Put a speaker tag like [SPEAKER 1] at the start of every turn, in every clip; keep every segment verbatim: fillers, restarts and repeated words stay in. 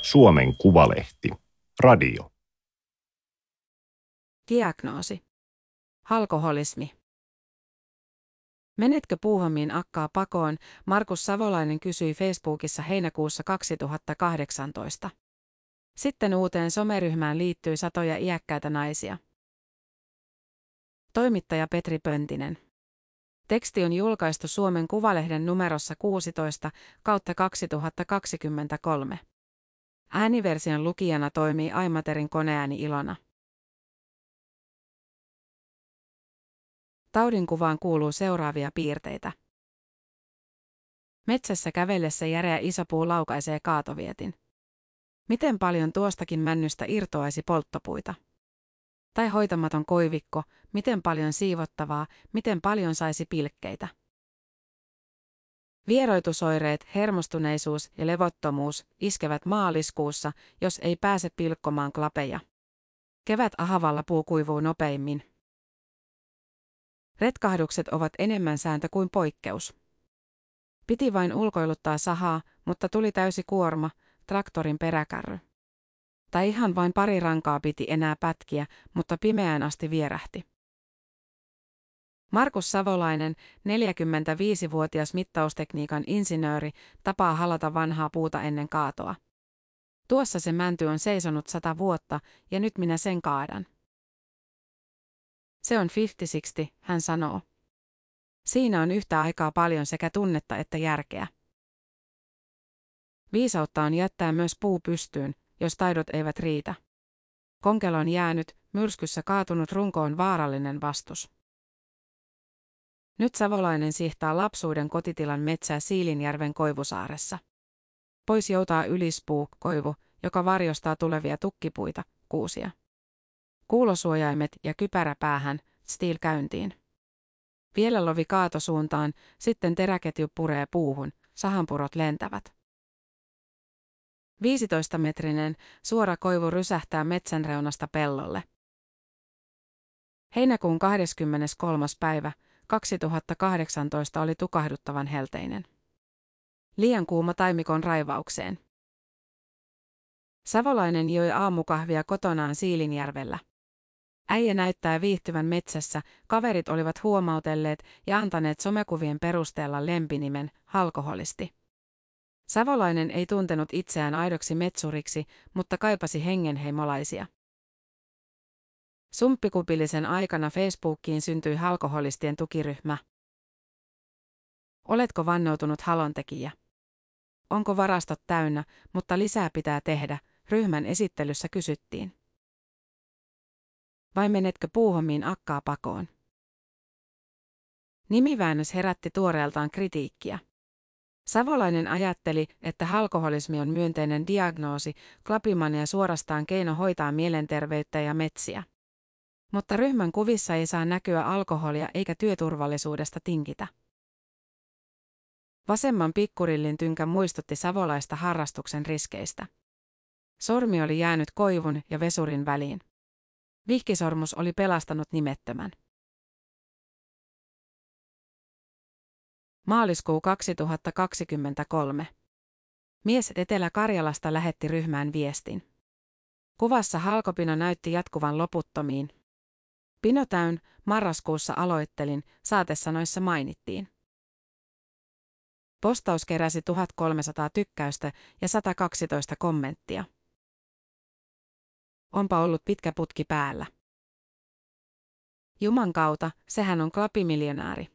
[SPEAKER 1] Suomen Kuvalehti. Radio.
[SPEAKER 2] Diagnoosi. Alkoholismi. Menetkö puuhommiin akkaa pakoon, Markus Savolainen kysyi Facebookissa heinäkuussa kaksituhattakahdeksantoista. Sitten uuteen someryhmään liittyi satoja iäkkäitä naisia. Toimittaja Petri Pöntinen. Teksti on julkaistu Suomen Kuvalehden numerossa kuusitoista kautta kaksituhattakaksikymmentäkolme. Ääniversion lukijana toimii Aimaterin koneääni Ilona. Taudinkuvaan kuuluu seuraavia piirteitä. Metsässä kävellessä järeä iso puu laukaisee kaatovietin. Miten paljon tuostakin männystä irtoaisi polttopuita? Tai hoitamaton koivikko, miten paljon siivottavaa, miten paljon saisi pilkkeitä? Vieroitusoireet, hermostuneisuus ja levottomuus iskevät maaliskuussa, jos ei pääse pilkkomaan klapeja. Kevät ahavalla puu kuivuu nopeimmin. Retkahdukset ovat enemmän sääntö kuin poikkeus. Piti vain ulkoiluttaa sahaa, mutta tuli täysi kuorma, traktorin peräkärry. Tai ihan vain pari rankaa piti enää pätkiä, mutta pimeään asti vierähti. Markus Savolainen, neljäkymmentäviisivuotias mittaustekniikan insinööri, tapaa halata vanhaa puuta ennen kaatoa. Tuossa se mänty on seisonut sata vuotta, ja nyt minä sen kaadan. Se on viisikymmentä, hän sanoo. Siinä on yhtä aikaa paljon sekä tunnetta että järkeä. Viisautta on jättää myös puu pystyyn, jos taidot eivät riitä. Konkelon jäänyt, myrskyssä kaatunut runko on vaarallinen vastus. Nyt Savolainen siihtaa lapsuuden kotitilan metsää Siilinjärven Koivusaaressa. Pois joutaa ylispuu, koivu, joka varjostaa tulevia tukkipuita, kuusia. Kuulosuojaimet ja kypärä päähän, stiil käyntiin. Vielä lovi kaatosuuntaan, sitten teräketju puree puuhun, sahanpurot lentävät. viisitoistametrinen, suora koivu rysähtää metsän reunasta pellolle. Heinäkuun kahdeskymmeneskolmas päivä, kaksituhattakahdeksantoista oli tukahduttavan helteinen. Liian kuuma taimikon raivaukseen. Savolainen joi aamukahvia kotonaan Siilinjärvellä. Äijä näyttää viihtyvän metsässä, kaverit olivat huomautelleet ja antaneet somekuvien perusteella lempinimen, alkoholisti. Savolainen ei tuntenut itseään aidoksi metsuriksi, mutta kaipasi hengenheimolaisia. Sumppikupillisen aikana Facebookiin syntyi alkoholistien tukiryhmä. Oletko vannoutunut halontekijä? Onko varastot täynnä, mutta lisää pitää tehdä, ryhmän esittelyssä kysyttiin. Vai menetkö puuhommiin akkaa pakoon? Nimiväännös herätti tuoreeltaan kritiikkiä. Savolainen ajatteli, että alkoholismi on myönteinen diagnoosi, klapimania suorastaan keino hoitaa mielenterveyttä ja metsiä. Mutta ryhmän kuvissa ei saa näkyä alkoholia eikä työturvallisuudesta tinkitä. Vasemman pikkurillin tynkä muistutti Savolaista harrastuksen riskeistä. Sormi oli jäänyt koivun ja vesurin väliin. Vihkisormus oli pelastanut nimettömän. Maaliskuu kaksituhattakaksikymmentäkolme. Mies Etelä-Karjalasta lähetti ryhmään viestin. Kuvassa Halkopino näytti jatkuvan loputtomiin. Pinotäyn, marraskuussa aloittelin, saatesanoissa mainittiin. Postaus keräsi tuhatkolmesataa tykkäystä ja sata kaksitoista kommenttia. Onpa ollut pitkä putki päällä. Juman kautta, sehän on klapimiljonääri.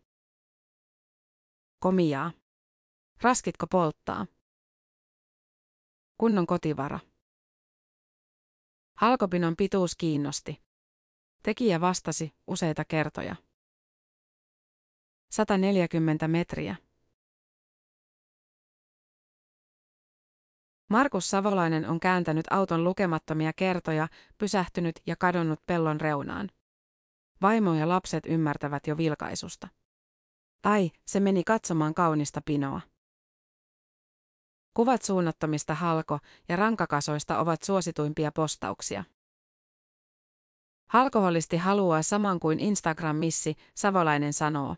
[SPEAKER 2] Komiaa. Raskitko polttaa? Kunnon kotivara. Halkopinon pituus kiinnosti. Tekijä vastasi useita kertoja. sata neljäkymmentä metriä. Markus Savolainen on kääntänyt auton lukemattomia kertoja, pysähtynyt ja kadonnut pellon reunaan. Vaimo ja lapset ymmärtävät jo vilkaisusta. Ai, se meni katsomaan kaunista pinoa. Kuvat suunnattomista halko- ja rankakasoista ovat suosituimpia postauksia. Alkoholisti haluaa saman kuin Instagram-missi, Savolainen sanoo.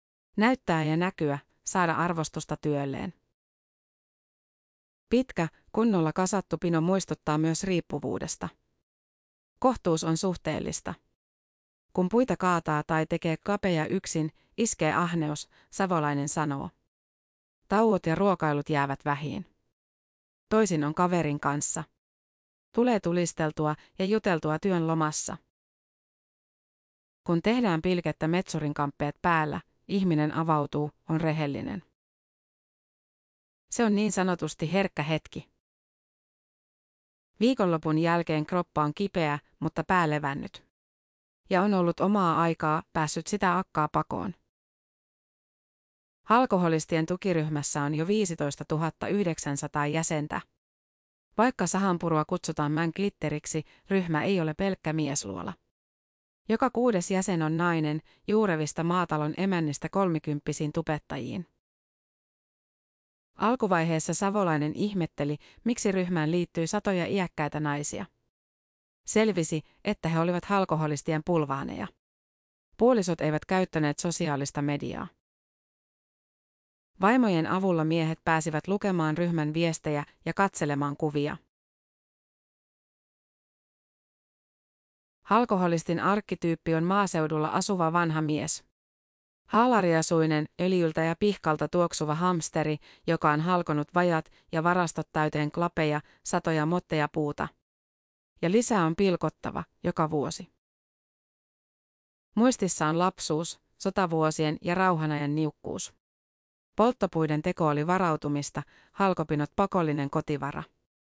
[SPEAKER 2] Näyttää ja näkyä, saada arvostusta työlleen. Pitkä, Kunnolla kasattu pino muistuttaa myös riippuvuudesta. Kohtuus on suhteellista. Kun puita kaataa tai tekee klapeja yksin, iskee ahneus, Savolainen sanoo. Tauot ja ruokailut jäävät vähiin. Toisin on kaverin kanssa. Tulee tulisteltua ja juteltua työn lomassa. Kun tehdään pilkettä metsurin kamppeet päällä, ihminen avautuu, on rehellinen. Se on niin sanotusti herkkä hetki. Viikonlopun jälkeen kroppa on kipeä, mutta pää levännyt. Ja on ollut omaa aikaa, päässyt sitä akkaa pakoon. Alkoholistien tukiryhmässä on jo viisitoistatuhatta yhdeksänsataa jäsentä. Vaikka sahanpurua kutsutaan mänklitteriksi, ryhmä ei ole pelkkä miesluola. Joka kuudes jäsen on nainen, juurevista maatalon emännistä kolmikymppisiin tubettajiin. Alkuvaiheessa Savolainen ihmetteli, miksi ryhmään liittyy satoja iäkkäitä naisia. Selvisi, että he olivat alkoholistien pulvaaneja. Puolisot eivät käyttäneet sosiaalista mediaa. Vaimojen avulla miehet pääsivät lukemaan ryhmän viestejä ja katselemaan kuvia. Alkoholistin arkkityyppi on maaseudulla asuva vanha mies. Haalariasuinen, öljyltä ja pihkalta tuoksuva hamsteri, joka on halkonut vajat ja varastot täyteen klapeja, satoja motteja puuta. Ja lisää on pilkottava, joka vuosi. Muistissa on lapsuus, sotavuosien ja rauhanajan niukkuus. Polttopuiden teko oli varautumista, halkopinot pakollinen kotivara.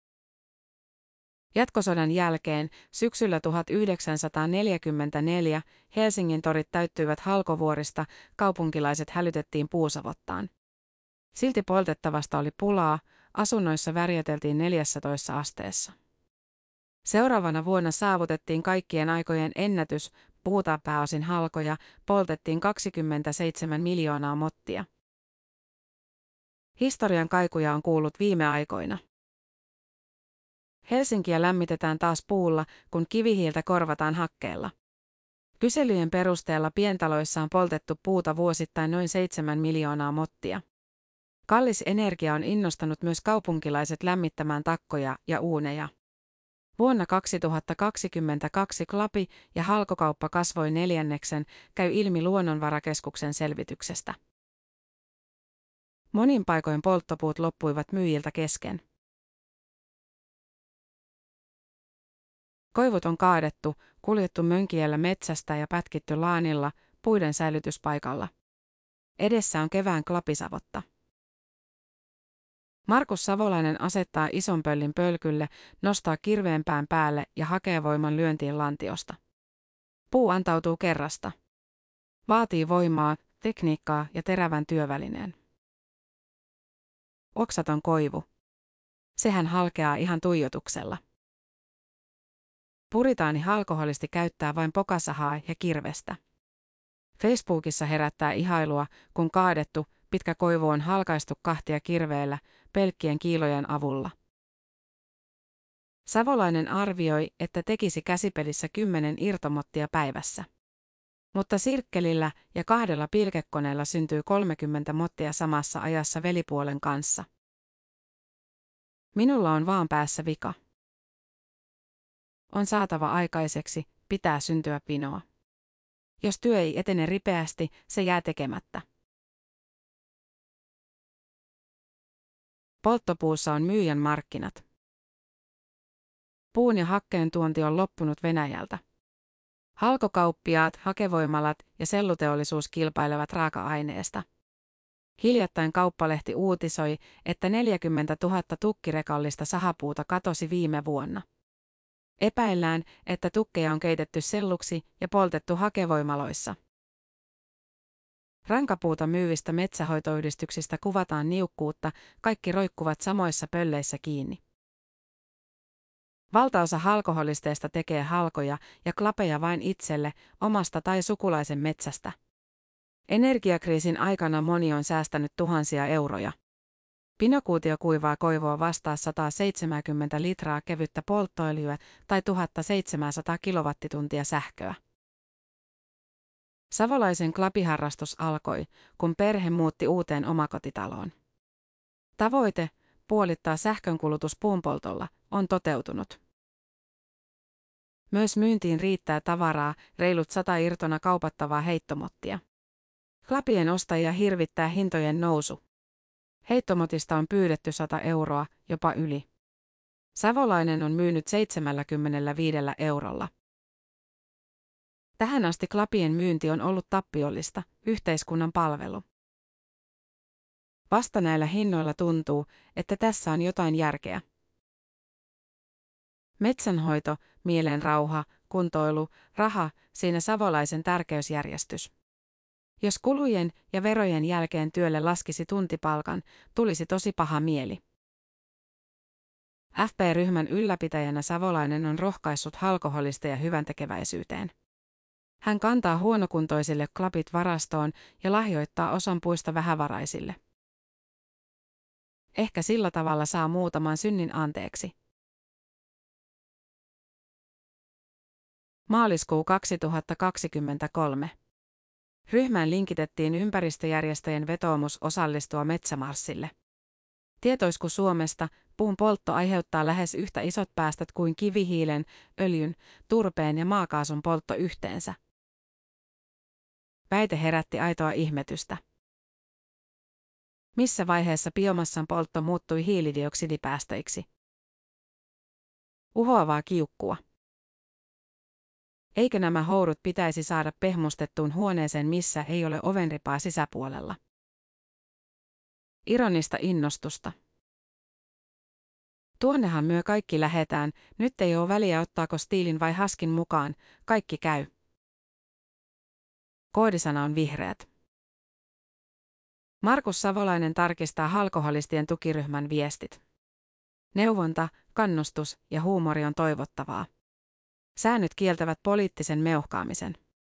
[SPEAKER 2] Jatkosodan jälkeen, syksyllä tuhatyhdeksänsataaneljäkymmentäneljä, Helsingin torit täyttyivät halkovuorista, kaupunkilaiset hälytettiin puusavottaan. Silti poltettavasta oli pulaa, asunnoissa värjäteltiin neljässätoista asteessa. Seuraavana vuonna saavutettiin kaikkien aikojen ennätys, puuta pääosin halkoja, poltettiin kaksikymmentäseitsemän miljoonaa mottia. Historian kaikuja on kuullut viime aikoina. Helsinkiä lämmitetään taas puulla, kun kivihiiltä korvataan hakkeella. Kyselyjen perusteella pientaloissa on poltettu puuta vuosittain noin seitsemän miljoonaa mottia. Kallis energia on innostanut myös kaupunkilaiset lämmittämään takkoja ja uuneja. Vuonna kaksituhattakaksikymmentäkaksi klapi- ja halkokauppa kasvoi neljänneksen, käy ilmi Luonnonvarakeskuksen selvityksestä. Monin paikoin polttopuut loppuivat myyjiltä kesken. Koivut on kaadettu, kuljettu mönkiellä metsästä ja pätkitty laanilla, puiden säilytyspaikalla. Edessä on kevään klapisavotta. Markus Savolainen asettaa ison pöllin pölkylle, nostaa kirveenpään päälle ja hakee voiman lyöntiin lantiosta. Puu antautuu kerrasta. Vaatii voimaa, tekniikkaa ja terävän työvälineen. Oksaton koivu. Sehän halkeaa ihan tuijotuksella. Puritaani alkoholisti käyttää vain pokasahaa ja kirvestä. Facebookissa herättää ihailua, kun kaadettu, pitkä koivu on halkaistu kahtia kirveellä, pelkkien kiilojen avulla. Savolainen arvioi, että tekisi käsipelissä kymmenen irtomottia päivässä. Mutta sirkkelillä ja kahdella pilkekoneella syntyy kolmekymmentä mottia samassa ajassa velipuolen kanssa. Minulla on vaan päässä vika. On saatava aikaiseksi, pitää syntyä pinoa. Jos työ ei etene ripeästi, se jää tekemättä. Polttopuussa on myyjän markkinat. Puun ja hakkeen tuonti on loppunut Venäjältä. Halkokauppiaat, hakevoimalat ja selluteollisuus kilpailevat raaka-aineesta. Hiljattain Kauppalehti uutisoi, että neljäkymmentätuhatta tukkirekallista sahapuuta katosi viime vuonna. Epäillään, että tukkeja on keitetty selluksi ja poltettu hakevoimaloissa. Rankapuuta myyvistä metsähoitoyhdistyksistä kuvataan niukkuutta, kaikki roikkuvat samoissa pölleissä kiinni. Valtaosa alkoholisteista tekee halkoja ja klapeja vain itselle, omasta tai sukulaisen metsästä. Energiakriisin aikana moni on säästänyt tuhansia euroja. Pinokuutio kuivaa koivua vastaa sata seitsemänkymmentä litraa kevyttä polttoöljyä tai tuhatseitsemänsataa kilowattituntia sähköä. Savolaisen klapiharrastus alkoi, kun perhe muutti uuteen omakotitaloon. Tavoite, puolittaa sähkönkulutus puunpoltolla, on toteutunut. Myös myyntiin riittää tavaraa, reilut sata irtona kaupattavaa heittomottia. Klapien ostajia hirvittää hintojen nousu. Heittomotista on pyydetty sata euroa, jopa yli. Savolainen on myynyt seitsemänkymmentäviisi eurolla. Tähän asti klapien myynti on ollut tappiollista, yhteiskunnan palvelu. Vasta näillä hinnoilla tuntuu, että tässä on jotain järkeä. Metsänhoito, mielen rauha, kuntoilu, raha, siinä Savolaisen tärkeysjärjestys. Jos kulujen ja verojen jälkeen työlle laskisi tuntipalkan, tulisi tosi paha mieli. F P-ryhmän ylläpitäjänä Savolainen on rohkaissut alkoholisteja hyväntekeväisyyteen. Hän kantaa huonokuntoisille klapit varastoon ja lahjoittaa osan puista vähävaraisille. Ehkä sillä tavalla saa muutaman synnin anteeksi. Maaliskuu kaksituhattakaksikymmentäkolme. Ryhmään linkitettiin ympäristöjärjestöjen vetoomus osallistua metsämarssille. Tietoisku Suomesta, puun poltto aiheuttaa lähes yhtä isot päästöt kuin kivihiilen, öljyn, turpeen ja maakaasun poltto yhteensä. Väite herätti aitoa ihmetystä. Missä vaiheessa biomassan poltto muuttui hiilidioksidipäästöiksi? Uhoavaa kiukkua. Eikö nämä hourut pitäisi saada pehmustettuun huoneeseen, missä ei ole ovenripaa sisäpuolella? Ironista innostusta. Tuonnehan myö kaikki lähetään, nyt ei ole väliä ottaako stiilin vai haskin mukaan, kaikki käy. Koodisana on vihreät. Markus Savolainen tarkistaa alkoholistien tukiryhmän viestit. Neuvonta, kannustus ja huumori on toivottavaa. Säännöt kieltävät poliittisen meuhkaamisen.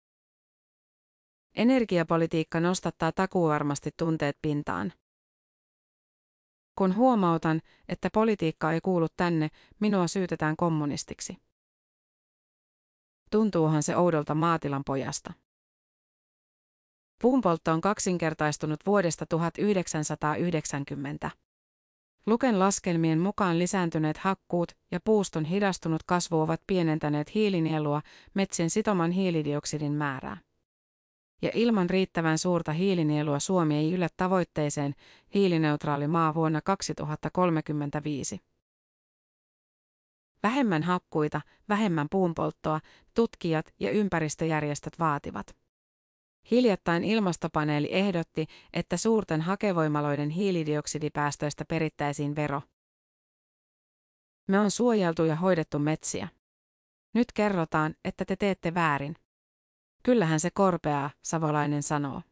[SPEAKER 2] Energiapolitiikka nostattaa takuuvarmasti tunteet pintaan. Kun huomautan, että politiikka ei kuulu tänne, minua syytetään kommunistiksi. Tuntuuhan se oudolta maatilan pojasta. Puunpoltto on kaksinkertaistunut vuodesta tuhatyhdeksänsataayhdeksänkymmentä. Luken laskelmien mukaan lisääntyneet hakkuut ja puuston hidastunut kasvu ovat pienentäneet hiilinielua, metsien sitoman hiilidioksidin määrää. Ja ilman riittävän suurta hiilinielua Suomi ei yllä tavoitteeseen hiilineutraali maa vuonna kaksituhattakolmekymmentäviisi. Vähemmän hakkuita, vähemmän puunpolttoa, tutkijat ja ympäristöjärjestöt vaativat. Hiljattain ilmastopaneeli ehdotti, että suurten hakevoimaloiden hiilidioksidipäästöistä perittäisiin vero. Me on suojeltu ja hoidettu metsiä. Nyt kerrotaan, että te teette väärin. Kyllähän se korpeaa, Savolainen sanoo.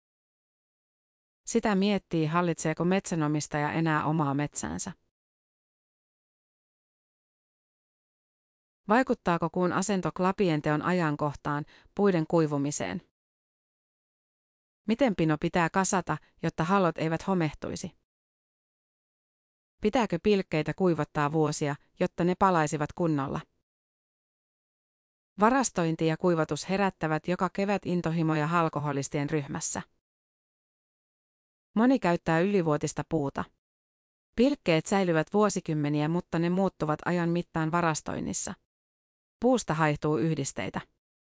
[SPEAKER 2] Sitä miettii, hallitseeko metsänomistaja enää omaa metsäänsä. Vaikuttaako kuun asento klapien teon ajankohtaan, puiden kuivumiseen? Miten pino pitää kasata, jotta hallot eivät homehtuisi? Pitääkö pilkkeitä kuivattaa vuosia, jotta ne palaisivat kunnolla? Varastointi ja kuivatus herättävät joka kevät intohimoja alkoholistien ryhmässä. Moni käyttää ylivuotista puuta. Pilkkeet säilyvät vuosikymmeniä, mutta ne muuttuvat ajan mittaan varastoinnissa. Puusta haihtuu yhdisteitä.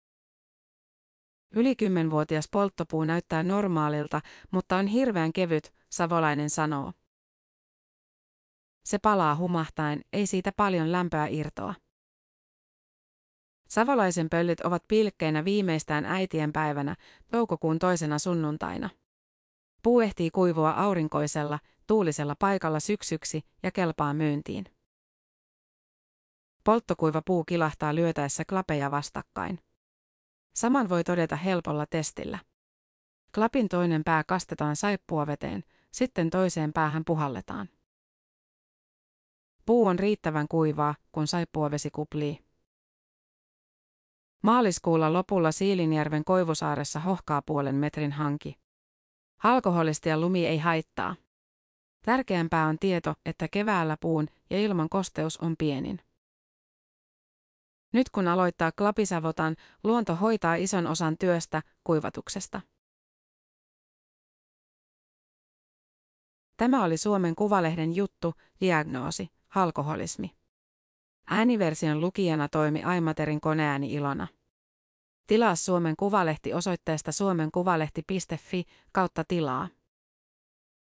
[SPEAKER 2] Yli kymmenvuotias polttopuu näyttää normaalilta, mutta on hirveän kevyt, Savolainen sanoo. Se palaa humahtaen, ei siitä paljon lämpöä irtoa. Savolaisen pöllyt ovat pilkkeinä viimeistään äitienpäivänä, toukokuun toisena sunnuntaina. Puu ehtii kuivua aurinkoisella, tuulisella paikalla syksyksi ja kelpaa myyntiin. Polttokuiva puu kilahtaa lyötäessä klapeja vastakkain. Saman voi todeta helpolla testillä. Klapin toinen pää kastetaan saippuaveteen, sitten toiseen päähän puhalletaan. Puu on riittävän kuivaa, kun saippuavesi kuplii. Maaliskuulla lopulla Siilinjärven Koivusaaressa hohkaa puolen metrin hanki. Alkoholisti ja lumi ei haittaa. Tärkeämpää on tieto, että keväällä puun ja ilman kosteus on pienin. Nyt kun aloittaa klapisavotan, luonto hoitaa ison osan työstä, kuivatuksesta. Tämä oli Suomen Kuvalehden juttu, diagnoosi, alkoholismi. Ääniversion lukijana toimi Aimaterin koneääni Ilona. Tilaa Suomen Kuvalehti osoitteesta suomenkuvalehti piste fi kautta tilaa.